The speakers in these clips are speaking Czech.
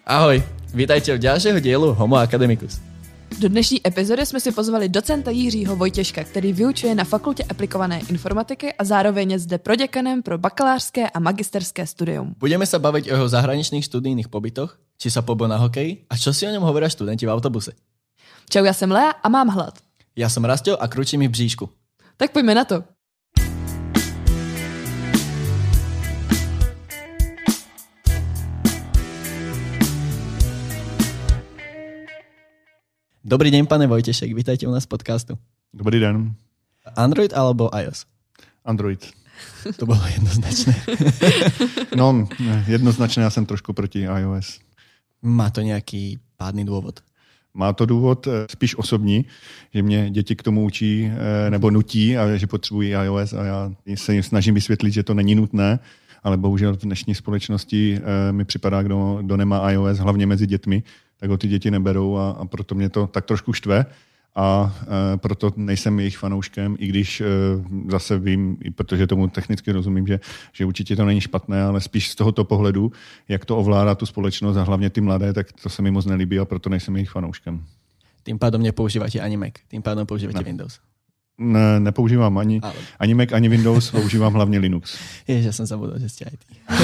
Ahoj, vítajte u ďalšieho dielu Homo Academicus. Do dnešní epizody jsme si pozvali docenta Jiřího Vojtěška, který vyučuje na Fakultě aplikované informatiky a zároveň je zde proděkanem pro bakalářské a magisterské studium. Budeme sa baviť o jeho zahraničných studijných pobytoch, či sa pobil na hokeji a čo si o ňom hovoria študenti v autobuse. Čau, já jsem Lea a mám hlad. Ja som Rastio a kručí mi v bříšku. Tak pojďme na to. Dobrý deň, pane Vojtešek, vítajte u nás v podcastu. Dobrý den. Android alebo iOS? Android. To bylo jednoznačné. No, jednoznačně já jsem trošku proti iOS. Má to nějaký pádný důvod? Má to důvod spíš osobní, že mě děti k tomu učí nebo nutí, a že potřebují iOS a já se jim snažím vysvětlit, že to není nutné, ale bohužel v dnešní společnosti mi připadá, kdo nemá iOS, hlavně mezi dětmi, tak ho ty děti neberou a proto mě to tak trošku štve a proto nejsem jejich fanouškem, i když zase vím, protože tomu technicky rozumím, že určitě to není špatné, ale spíš z tohoto pohledu, jak to ovládá tu společnost a hlavně ty mladé, tak to se mi moc nelíbí a proto nejsem jejich fanouškem. Tým pádom nepoužíváte ani Mac, tým pádom používáte Windows. Ne, nepoužívám ani Mac, ani Windows, používám hlavně Linux. Ježiš, já jsem zabudol, že jste IT.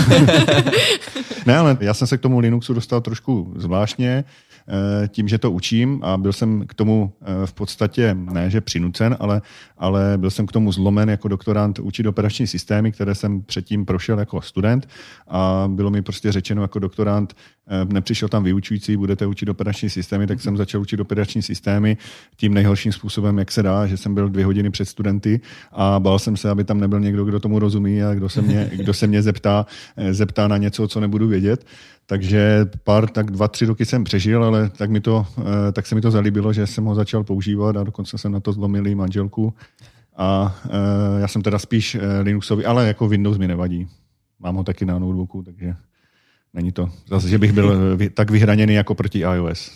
Ne, ale já jsem se k tomu Linuxu dostal trošku zvláštně, tím, že to učím a byl jsem k tomu v podstatě ne, že přinucen, ale byl jsem k tomu zlomen jako doktorant učit operační systémy, které jsem předtím prošel jako student a bylo mi prostě řečeno jako doktorant, nepřišel tam vyučující, budete učit operační systémy, tak jsem začal učit operační systémy tím nejhorším způsobem, jak se dá, že jsem byl 2 hodiny před studenty a bál jsem se, aby tam nebyl někdo, kdo tomu rozumí a kdo se mě zeptá na něco, co nebudu vědět. Takže 2-3 roky jsem přežil, ale tak se mi to zalíbilo, že jsem ho začal používat a dokonce jsem na to zlomil i manželku. A já jsem teda spíš Linuxový, ale jako Windows mi nevadí. Mám ho taky na notebooku, takže není to zase, že bych byl tak vyhraněný jako proti iOS.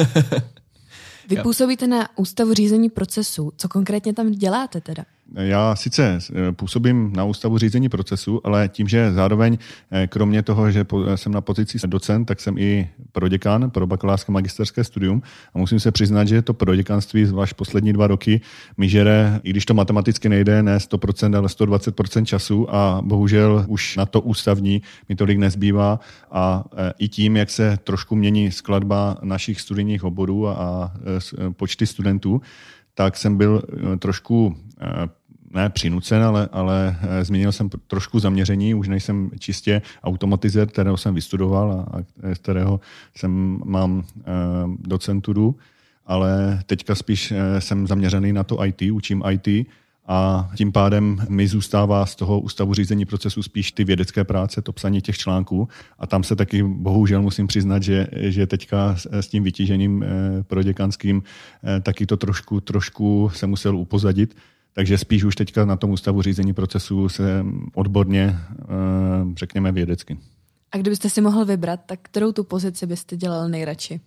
Vy působíte na Ústavu řízení procesů. Co konkrétně tam děláte teda? Já sice působím na Ústavu řízení procesu, ale tím, že zároveň kromě toho, že jsem na pozici docent, tak jsem i proděkan pro bakalářské magisterské studium a musím se přiznat, že to proděkanství zvlášť poslední 2 roky mi žere, i když to matematicky nejde, ne 100%, ale 120% času a bohužel už na to ústavní mi tolik nezbývá a i tím, jak se trošku mění skladba našich studijních oborů a počty studentů, tak jsem byl trošku ne přinucen, ale změnil jsem trošku zaměření, už nejsem čistě automatizér, kterého jsem vystudoval a z kterého mám docenturu, ale teďka spíš jsem zaměřený na to IT, učím IT a tím pádem mi zůstává z toho Ústavu řízení procesu spíš ty vědecké práce, to psaní těch článků a tam se taky bohužel musím přiznat, že teďka s tím vytížením proděkanským taky to trošku se musel upozadit. Takže spíš už teďka na tom Ústavu řízení procesu se odborně, řekněme vědecky. A kdybyste si mohl vybrat, tak kterou tu pozici byste dělal nejradši?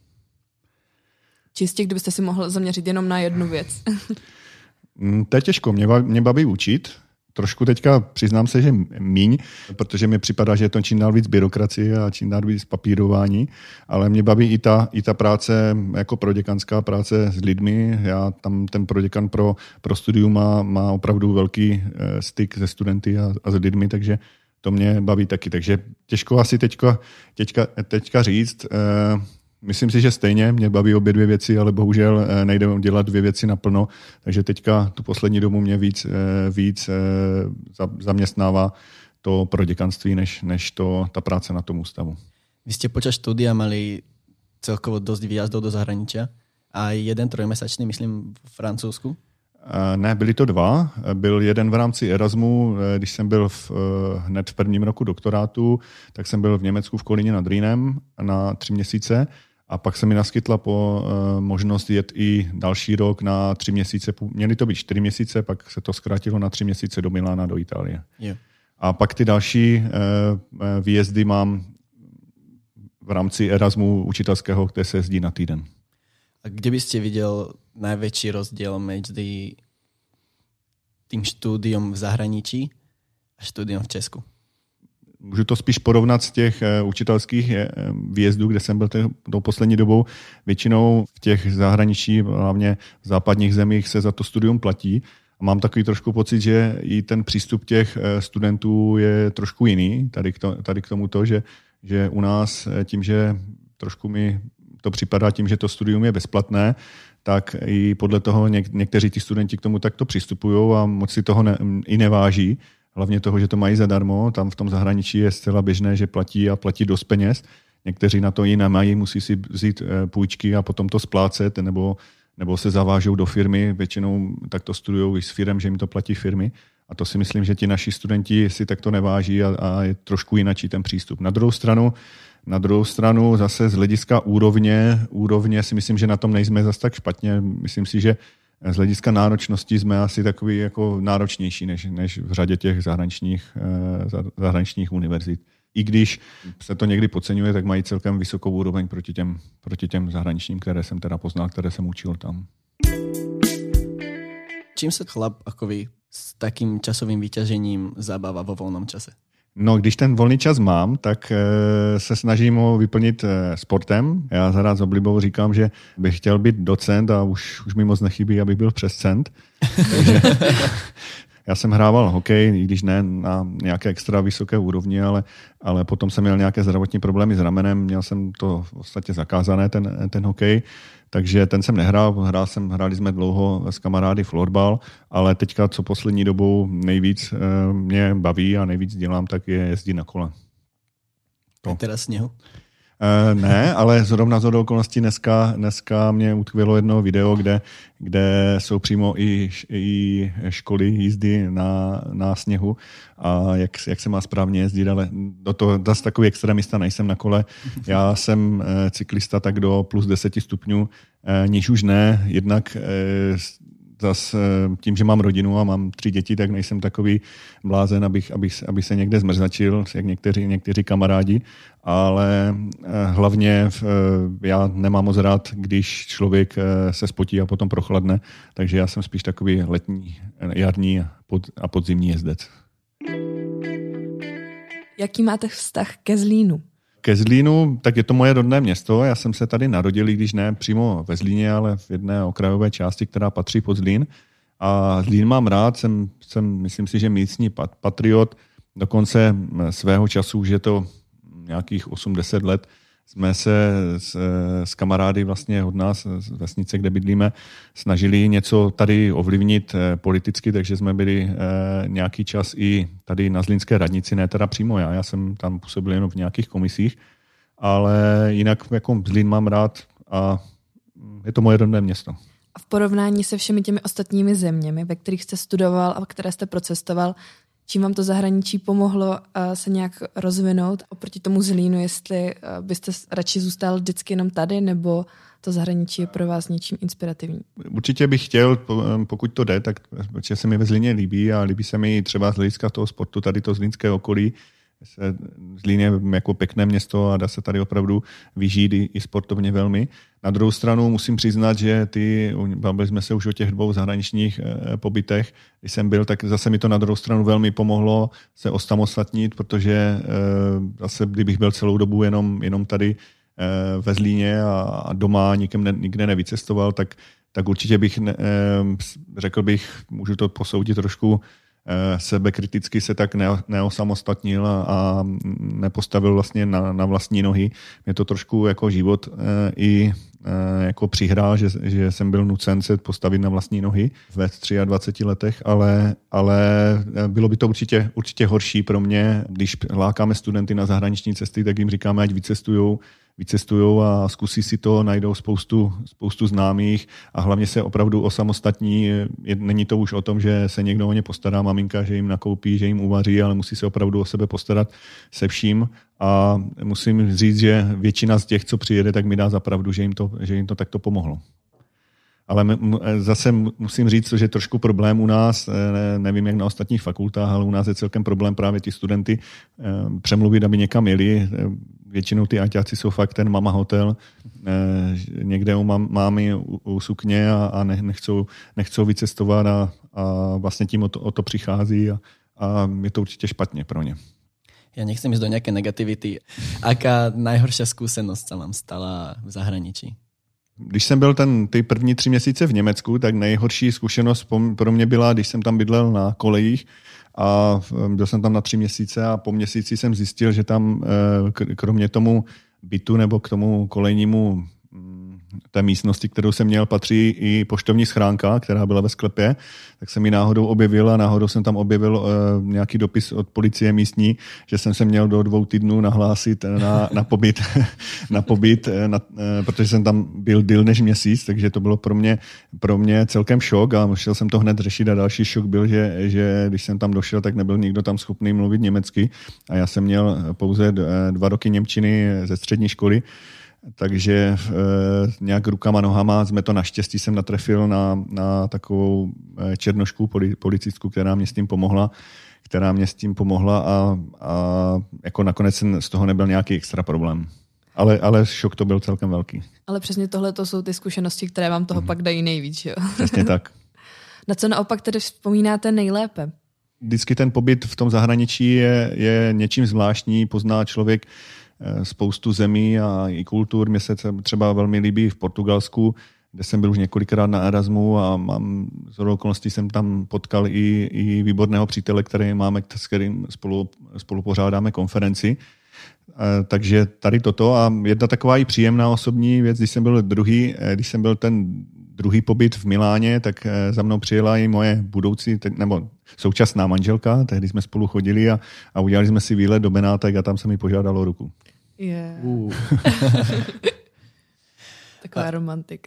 Čistě, kdybyste si mohl zaměřit jenom na jednu věc. To je těžko, mě baví učit. Trošku teďka přiznám se, že míň, protože mi připadá, že je to čím dál víc byrokracie a čím dál víc papírování, ale mě baví i ta práce jako proděkanská práce s lidmi. Já tam ten proděkan pro studium má opravdu velký styk se studenty a s lidmi, takže to mě baví taky. Takže těžko asi teďka říct. Myslím si, že stejně mě baví obě 2 věci, ale bohužel nejde dělat 2 věci naplno, takže teďka tu poslední dobu mě víc zaměstnává to proděkanství, než ta práce na tom ústavu. Vy ste počas štúdia mali celkovo dosť výjazdov do zahraničia a 1 trojmesačný, myslím, v Francúzsku? Ne, byly to 2. Byl jeden v rámci Erasmu, když jsem byl hned v prvním roku doktorátu, tak jsem byl v Německu v Kolíně nad Rýnem na 3 měsíce. A pak se mi naskytla možnost jet i další rok na 3 měsíce. Měly to být 4 měsíce, pak se to zkrátilo na 3 měsíce do Milána, do Itálie. Yeah. A pak ty další výjezdy mám v rámci Erasmu učitelského, kde se jezdí na týden. A kde byste viděl největší rozdíl mezi tím studium v zahraničí a studium v Česku? můžu to spíš porovnat z těch učitelských výjezdů, kde jsem byl tou poslední dobou. Většinou v těch zahraničí, hlavně v západních zemích, se za to studium platí. A mám takový trošku pocit, že i ten přístup těch studentů je trošku jiný. Tady k tomuto, že u nás tím, že trošku mi to připadá tím, že to studium je bezplatné, tak i podle toho někteří ti studenti k tomu takto přistupují a moc si toho i neváží. Hlavně toho, že to mají zadarmo. Tam v tom zahraničí je zcela běžné, že platí a platí dost peněz. Někteří na to i nemají, musí si vzít půjčky a potom to splácet, nebo se zavážou do firmy. Většinou takto studují i s firem, že jim to platí firmy. A to si myslím, že ti naši studenti si takto neváží a je trošku jinačí ten přístup. Na druhou stranu zase z hlediska úrovně si myslím, že na tom nejsme zase tak špatně. Myslím si, že z hlediska náročnosti jsme asi takový jako náročnější než v řadě těch zahraničních univerzit. I když se to někdy podceňuje, tak mají celkem vysokou úroveň proti těm zahraničním, které jsem teda poznal, které jsem učil tam. Čím se chlap ako vy s takým časovým vyťažením zabáva vo voľnom čase? No, když ten volný čas mám, tak se snažím ho vyplnit sportem. Já rád s oblibou říkám, že bych chtěl být docent a už mi moc nechybí, abych byl přescent. Takže já jsem hrával hokej, i když ne na nějaké extra vysoké úrovni, ale potom jsem měl nějaké zdravotní problémy s ramenem, měl jsem to v podstatě zakázané, ten hokej, takže ten jsem nehrál, hráli jsme dlouho s kamarády florbal, ale teďka, co poslední dobou nejvíc mě baví a nejvíc dělám, tak je jezdit na kole. To. Teraz sněhu? Ne, ale zrovna z okolností dneska mě utkvělo jedno video, kde jsou přímo i školy jízdy na sněhu a jak se má správně jezdit, ale do toho zase takový extremista nejsem na kole. Já jsem cyklista tak do plus 10 stupňů, níž už ne, jednak zas tím, že mám rodinu a mám 3 děti, tak nejsem takový blázen, aby se někde zmrzačil, jak někteří kamarádi, ale hlavně já nemám moc rád, když člověk se spotí a potom prochladne, takže já jsem spíš takový letní, jarní a podzimní jezdec. Jaký máte vztah ke Zlínu? Ke Zlínu, tak je to moje rodné město. Já jsem se tady narodil, i když ne přímo ve Zlíně, ale v jedné okrajové části, která patří pod Zlín. A Zlín mám rád, jsem myslím si, že místní patriot. Dokonce svého času, už je to nějakých 8-10 let, jsme se s kamarády vlastně od nás z vesnice, kde bydlíme, snažili něco tady ovlivnit politicky, takže jsme byli nějaký čas i tady na zlínské radnici, ne teda přímo já jsem tam působil jenom v nějakých komisích, ale jinak jako Zlín mám rád a je to moje rodné město. A v porovnání se všemi těmi ostatními zeměmi, ve kterých jste studoval a které jste procestoval, čím vám to zahraničí pomohlo se nějak rozvinout oproti tomu Zlínu, jestli byste radši zůstal vždycky jenom tady, nebo to zahraničí je pro vás něčím inspirativní? Určitě bych chtěl, pokud to jde, tak protože se mi ve Zlíně líbí a líbí se mi třeba z hlediska toho sportu, tady to zlínské okolí. Zlín je jako pěkné město a dá se tady opravdu vyžít i sportovně velmi. Na druhou stranu musím přiznat, že bavili jsme se už o těch 2 zahraničních pobytech. Když jsem byl, tak zase mi to na druhou stranu velmi pomohlo se osamostatnit, protože zase kdybych byl celou dobu jenom tady ve Zlíně a doma nikde nevycestoval, tak určitě bych, řekl bych, můžu to posoudit trošku, sebekriticky se tak neosamostatnil a nepostavil vlastně na vlastní nohy. Mě to trošku jako život i jako přihrál, že jsem byl nucen se postavit na vlastní nohy ve 23 letech, ale bylo by to určitě horší pro mě, když lákáme studenty na zahraniční cesty, tak jim říkáme, ať vycestujou a zkusí si to, najdou spoustu známých a hlavně se opravdu osamostatní. Není to už o tom, že se někdo o ně postará, maminka, že jim nakoupí, že jim uvaří, ale musí se opravdu o sebe postarat se vším. A musím říct, že většina z těch, co přijede, tak mi dá za pravdu, že jim to takto pomohlo. Ale zase musím říct, že je trošku problém u nás, nevím jak na ostatních fakultách, ale u nás je celkem problém právě ty studenty přemluvit, aby někam jeli. Většinou ty aťáci jsou fakt ten mama hotel, někde u mámy u sukně a nechcou vycestovat a vlastně tím o to přichází a je to určitě špatně pro ně. Ja nechcem ísť do nejaké negativity. Aká najhoršia skúsenosť sa vám stala v zahraničí? Když jsem byl ty první 3 měsíce v Německu, tak nejhorší zkušenost pro mě byla, když jsem tam bydlel na kolejích a byl jsem tam na 3 měsíce a po měsíci jsem zjistil, že tam kromě tomu bytu nebo k tomu kolejnímu té místnosti, kterou jsem měl, patří i poštovní schránka, která byla ve sklepě, tak jsem ji náhodou objevil a náhodou jsem tam objevil nějaký dopis od policie místní, že jsem se měl do 2 týdnů nahlásit na pobyt, protože jsem tam byl déle než měsíc, takže to bylo pro mě celkem šok a musel jsem to hned řešit a další šok byl, že když jsem tam došel, tak nebyl nikdo tam schopný mluvit německy a já jsem měl pouze 2 roky němčiny ze střední školy. Takže nějak rukama, nohama jsme to naštěstí jsem natrefil na takovou černošku policistku, která mě s tím pomohla a jako nakonec z toho nebyl nějaký extra problém. Ale šok to byl celkem velký. Ale přesně tohle to jsou ty zkušenosti, které vám toho pak dají nejvíc, jo? Přesně tak. Na co naopak tedy vzpomínáte nejlépe? Vždycky ten pobyt v tom zahraničí je něčím zvláštní, pozná člověk spoustu zemí a i kultur. Mně se třeba velmi líbí v Portugalsku, kde jsem byl už několikrát na Erasmu a z okolností jsem tam potkal i výborného přítele, s kterým spolu pořádáme konferenci. Takže tady toto a jedna taková i příjemná osobní věc, když jsem byl ten druhý pobyt v Miláně, tak za mnou přijela i moje nebo současná manželka, tehdy jsme spolu chodili a udělali jsme si výlet do Benátek a tam se mi požádalo ruku. Yeah. Taková romantika.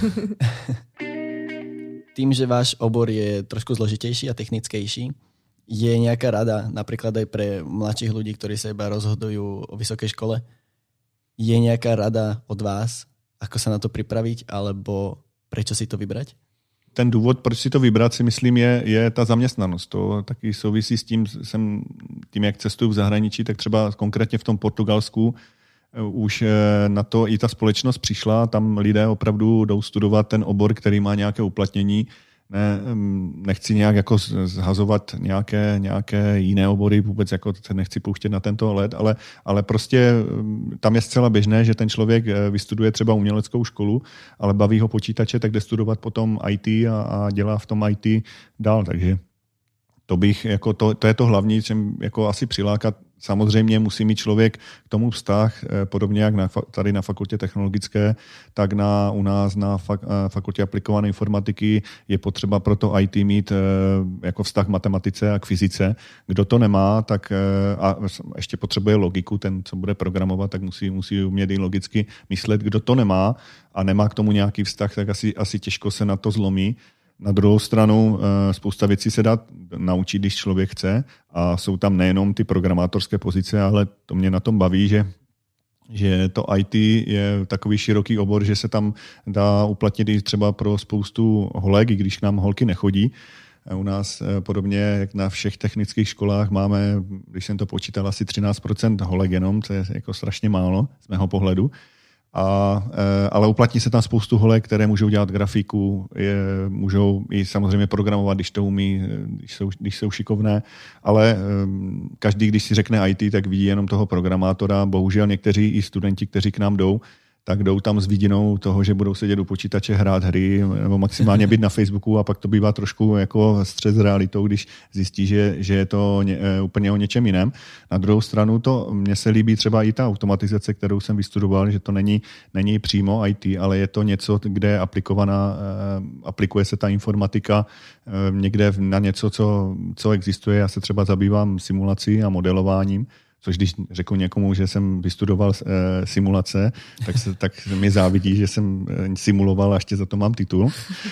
Tým, že váš obor je trošku zložitejší a technickejší, je nejaká rada, napríklad aj pre mladších ľudí, ktorí sa iba rozhodujú o vysokej škole, je nejaká rada od vás, ako sa na to pripraviť, alebo prečo si to vybrať? Ten důvod, proč si to vybrat, si myslím, je ta zaměstnanost. To taky souvisí s tím, jak cestuju v zahraničí, tak třeba konkrétně v tom Portugalsku už na to i ta společnost přišla, tam lidé opravdu jdou studovat ten obor, který má nějaké uplatnění. Nechci nějak jako zhazovat nějaké jiné obory, vůbec jako se nechci pouštět na tento led, ale prostě tam je zcela běžné, že ten člověk vystuduje třeba uměleckou školu, ale baví ho počítače, tak jde studovat potom IT a dělá v tom IT dál, takže to je to hlavní, čem jako asi přilákat. Samozřejmě musí mít člověk k tomu vztah, podobně jak tady na fakultě technologické, tak u nás na fakultě aplikované informatiky je potřeba pro to IT mít jako vztah k matematice a k fyzice. Kdo to nemá, tak a ještě potřebuje logiku, ten, co bude programovat, tak musí umět i logicky myslet. Kdo to nemá a nemá k tomu nějaký vztah, tak asi těžko se na to zlomí. Na druhou stranu spousta věcí se dá naučit, když člověk chce a jsou tam nejenom ty programátorské pozice, ale to mě na tom baví, že to IT je takový široký obor, že se tam dá uplatnit i třeba pro spoustu holek, i když k nám holky nechodí. U nás podobně, jak na všech technických školách máme, když jsem to počítal, asi 13% holek jenom, to je jako strašně málo z mého pohledu. Ale uplatní se tam spoustu holek, které můžou dělat grafiku, můžou i samozřejmě programovat, když to umí, když jsou šikovné, ale každý, když si řekne IT, tak vidí jenom toho programátora. Bohužel někteří i studenti, kteří k nám jdou, tak jdou tam s vidinou toho, že budou sedět u počítače, hrát hry nebo maximálně být na Facebooku a pak to bývá trošku jako střet s realitou, když zjistí, že je to úplně o něčem jiném. Na druhou stranu mně se líbí třeba i ta automatizace, kterou jsem vystudoval, že to není přímo IT, ale je to něco, kde je aplikuje se ta informatika někde na něco, co existuje. Já se třeba zabývám simulací a modelováním, což když řeknu někomu, že jsem vystudoval simulace, tak mi závidí, že jsem simuloval a ještě za to mám titul.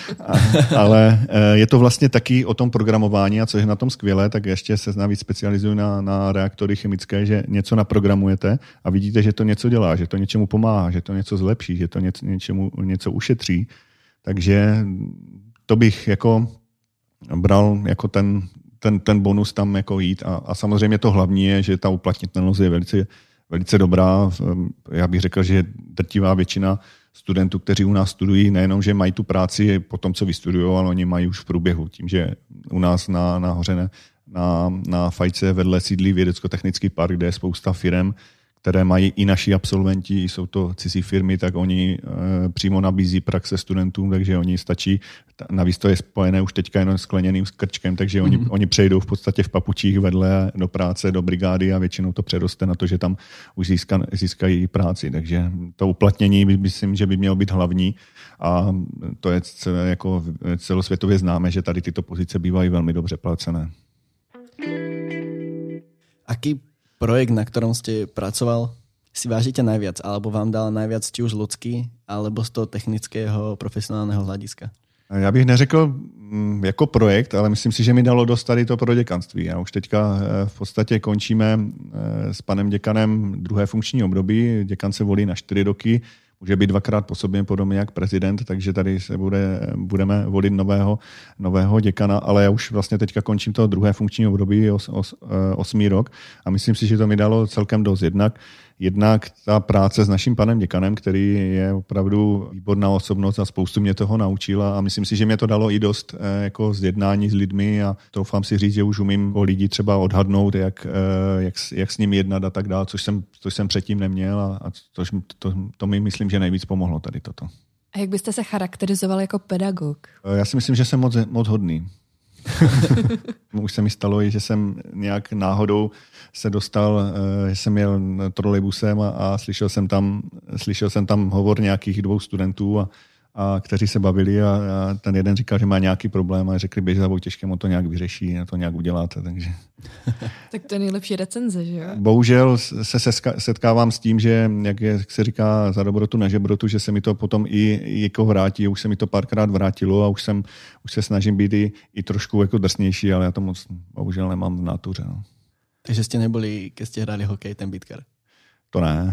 Ale je to vlastně taky o tom programování a co je na tom skvělé, tak ještě se navíc specializuju na reaktory chemické, že něco naprogramujete a vidíte, že to něco dělá, že to něčemu pomáhá, že to něco zlepší, že to něco ušetří. Takže to bych jako bral jako ten bonus tam jako jít a samozřejmě to hlavní je, že ta uplatnitelnost je velice, velice dobrá. Já bych řekl, že drtivá většina studentů, kteří u nás studují, nejenom, že mají tu práci po tom, co vystudují, ale oni mají už v průběhu. Tím, že u nás nahoře na Fajce vedle sídlí vědecko-technický park, kde je spousta firem, které mají i naši absolventi, jsou to cizí firmy, tak oni přímo nabízí praxe studentům, takže oni stačí, navíc to je spojené už teďka jenom s skleněným krčkem, takže oni přejdou v podstatě v papučích vedle do práce, do brigády a většinou to přeroste na to, že tam už získají práci, takže to uplatnění myslím, že by mělo být hlavní a to je jako celosvětově známe, že tady tyto pozice bývají velmi dobře placené. Aký projekt, na ktorom ste pracoval, si vážite najviac, alebo vám dal najviac či už ľudský, alebo z toho technického, profesionálneho hlediska? Já bych neřekl jako projekt, ale myslím si, že mi dalo dost tady to pro děkanství. Já už teďka v podstatě končíme s panem děkanem druhé funkční období. Děkan se volí na 4 roky, může být 2krát po sobě, podobně jak prezident, takže tady se budeme volit nového děkana, ale já už vlastně teďka končím to druhé funkční období, 8. rok a myslím si, že to mi dalo celkem dost. Jednak ta práce s naším panem děkanem, který je opravdu výborná osobnost a spoustu mě toho naučila a myslím si, že mě to dalo i dost jako zjednání s lidmi a troufám si říct, že už umím o lidi třeba odhadnout, jak s nimi jednat a tak dále, což jsem předtím neměl a to mi myslím, že nejvíc pomohlo tady toto. A jak byste se charakterizoval jako pedagog? Já si myslím, že jsem moc hodný. Už se mi stalo, že jsem nějak náhodou se dostal, že jsem jel trolejbusem a slyšel jsem tam hovor nějakých 2 studentů a kteří se bavili a ten jeden říkal, že má nějaký problém a řekli, běž za Vojtěškem, on to nějak vyřeší a to nějak uděláte. Takže. Tak to je nejlepší recenze, že jo? Bohužel se setkávám s tím, že jak se říká za dobrotu na žebrotu, že se mi to potom i jako vrátí, už se mi to párkrát vrátilo a už se snažím být i trošku jako drsnější, ale já to moc bohužel nemám v nátuře. No. Takže jste neboli, keď ste hrali hokej, ten bitkar? To ne.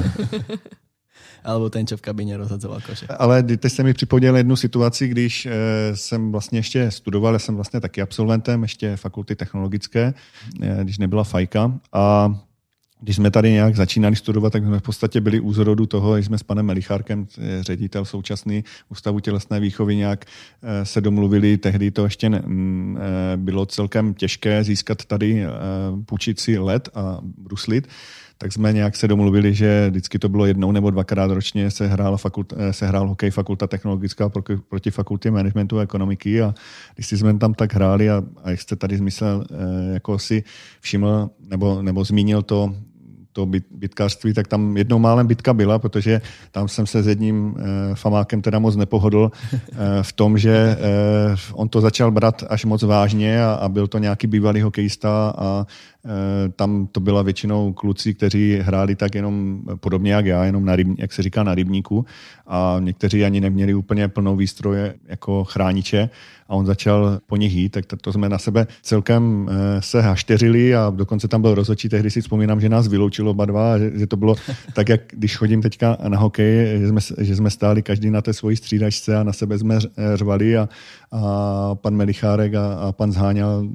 Alebo ten, čo v kabině rozhadzoval koše. Ale teď se mi připomněl jednu situaci, když jsem vlastně ještě studoval, já jsem vlastně taky absolventem ještě fakulty technologické, když nebyla fajka a když jsme tady nějak začínali studovat, tak jsme v podstatě byli u zrodu toho, že jsme s panem Melichárkem, ředitel současný Ústavu tělesné výchovy, nějak se domluvili. Tehdy to ještě bylo celkem těžké získat tady, půjčit si led a bruslit. Tak jsme nějak se domluvili, že vždycky to bylo 1 nebo 2krát ročně se hrál hokej fakulta technologická proti fakultě managementu a ekonomiky a když jsme tam tak hráli a jak jste tady zmyslel, jako si všiml nebo zmínil to bitkářství, tak tam jednou málem bitka byla, protože tam jsem se s jedním famákem teda moc nepohodl v tom, že on to začal brát až moc vážně a byl to nějaký bývalý hokejista a tam to byla většinou kluci, kteří hráli tak jenom podobně jak já, jenom jak se říká na rybníku a někteří ani neměli úplně plnou výstroje jako chrániče a on začal po nich jít, tak to jsme na sebe celkem se hašteřili a dokonce tam byl rozhodčí, tehdy si vzpomínám, že nás vyloučilo oba dva, že to bylo tak, jak když chodím teďka na hokej, že jsme stáli každý na té svojí střídačce a na sebe jsme řvali a pan Melichárek a pan Zháňal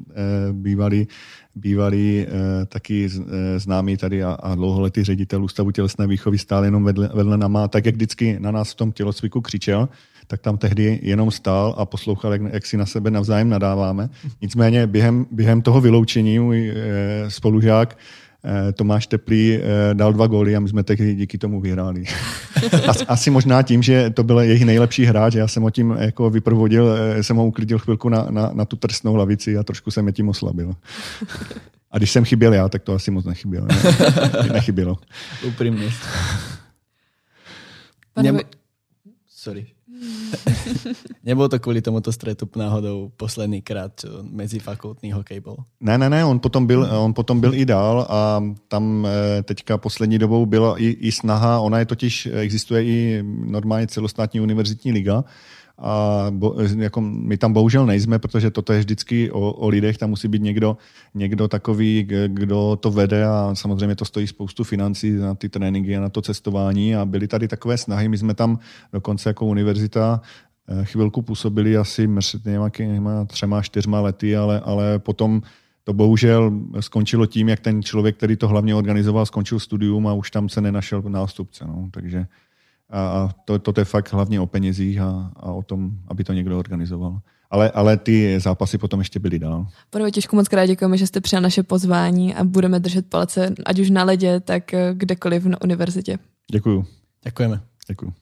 bývalý taky známý tady a dlouholetý ředitel Ústavu tělesné výchovy stál jenom vedle náma, tak jak vždycky na nás v tom tělocviku křičel, tak tam tehdy jenom stál a poslouchal, jak si na sebe navzájem nadáváme. Nicméně během toho vyloučení můj spolužák Tomáš Teplý dal 2 góly a my jsme tehdy díky tomu vyhráli. Asi možná tím, že to byl jejich nejlepší hráč, já jsem ho tím jako vyprovodil, jsem ho uklidil chvilku na tu trestnou lavici a trošku jsem je tím oslabil. A když jsem chyběl já, tak to asi moc nechybělo. Upřímně. Sorry. Nebolo to kvůli tomuto stretu náhodou posledný krát, čo medzifakultný hokej bol? Ne, on potom byl i dál a tam teďka poslední dobou byla i snaha, ona je totiž, existuje i normálně celostátní univerzitní liga a jako my tam bohužel nejsme, protože toto je vždycky o lidech, tam musí být někdo takový, kdo to vede a samozřejmě to stojí spoustu financí na ty tréninky a na to cestování a byly tady takové snahy, my jsme tam dokonce jako univerzita chvilku působili asi nějakýma 3-4 lety, ale potom to bohužel skončilo tím, jak ten člověk, který to hlavně organizoval, skončil studium a už tam se nenašel nástupce. No. Takže a to je fakt hlavně o penězích a o tom, aby to někdo organizoval. ale ty zápasy potom ještě byly dál. Pane Vojtěšku, moc krát děkujeme, že jste přijal naše pozvání a budeme držet palce, ať už na ledě, tak kdekoliv na univerzitě. Děkuju. Ďakujeme. Děkuju.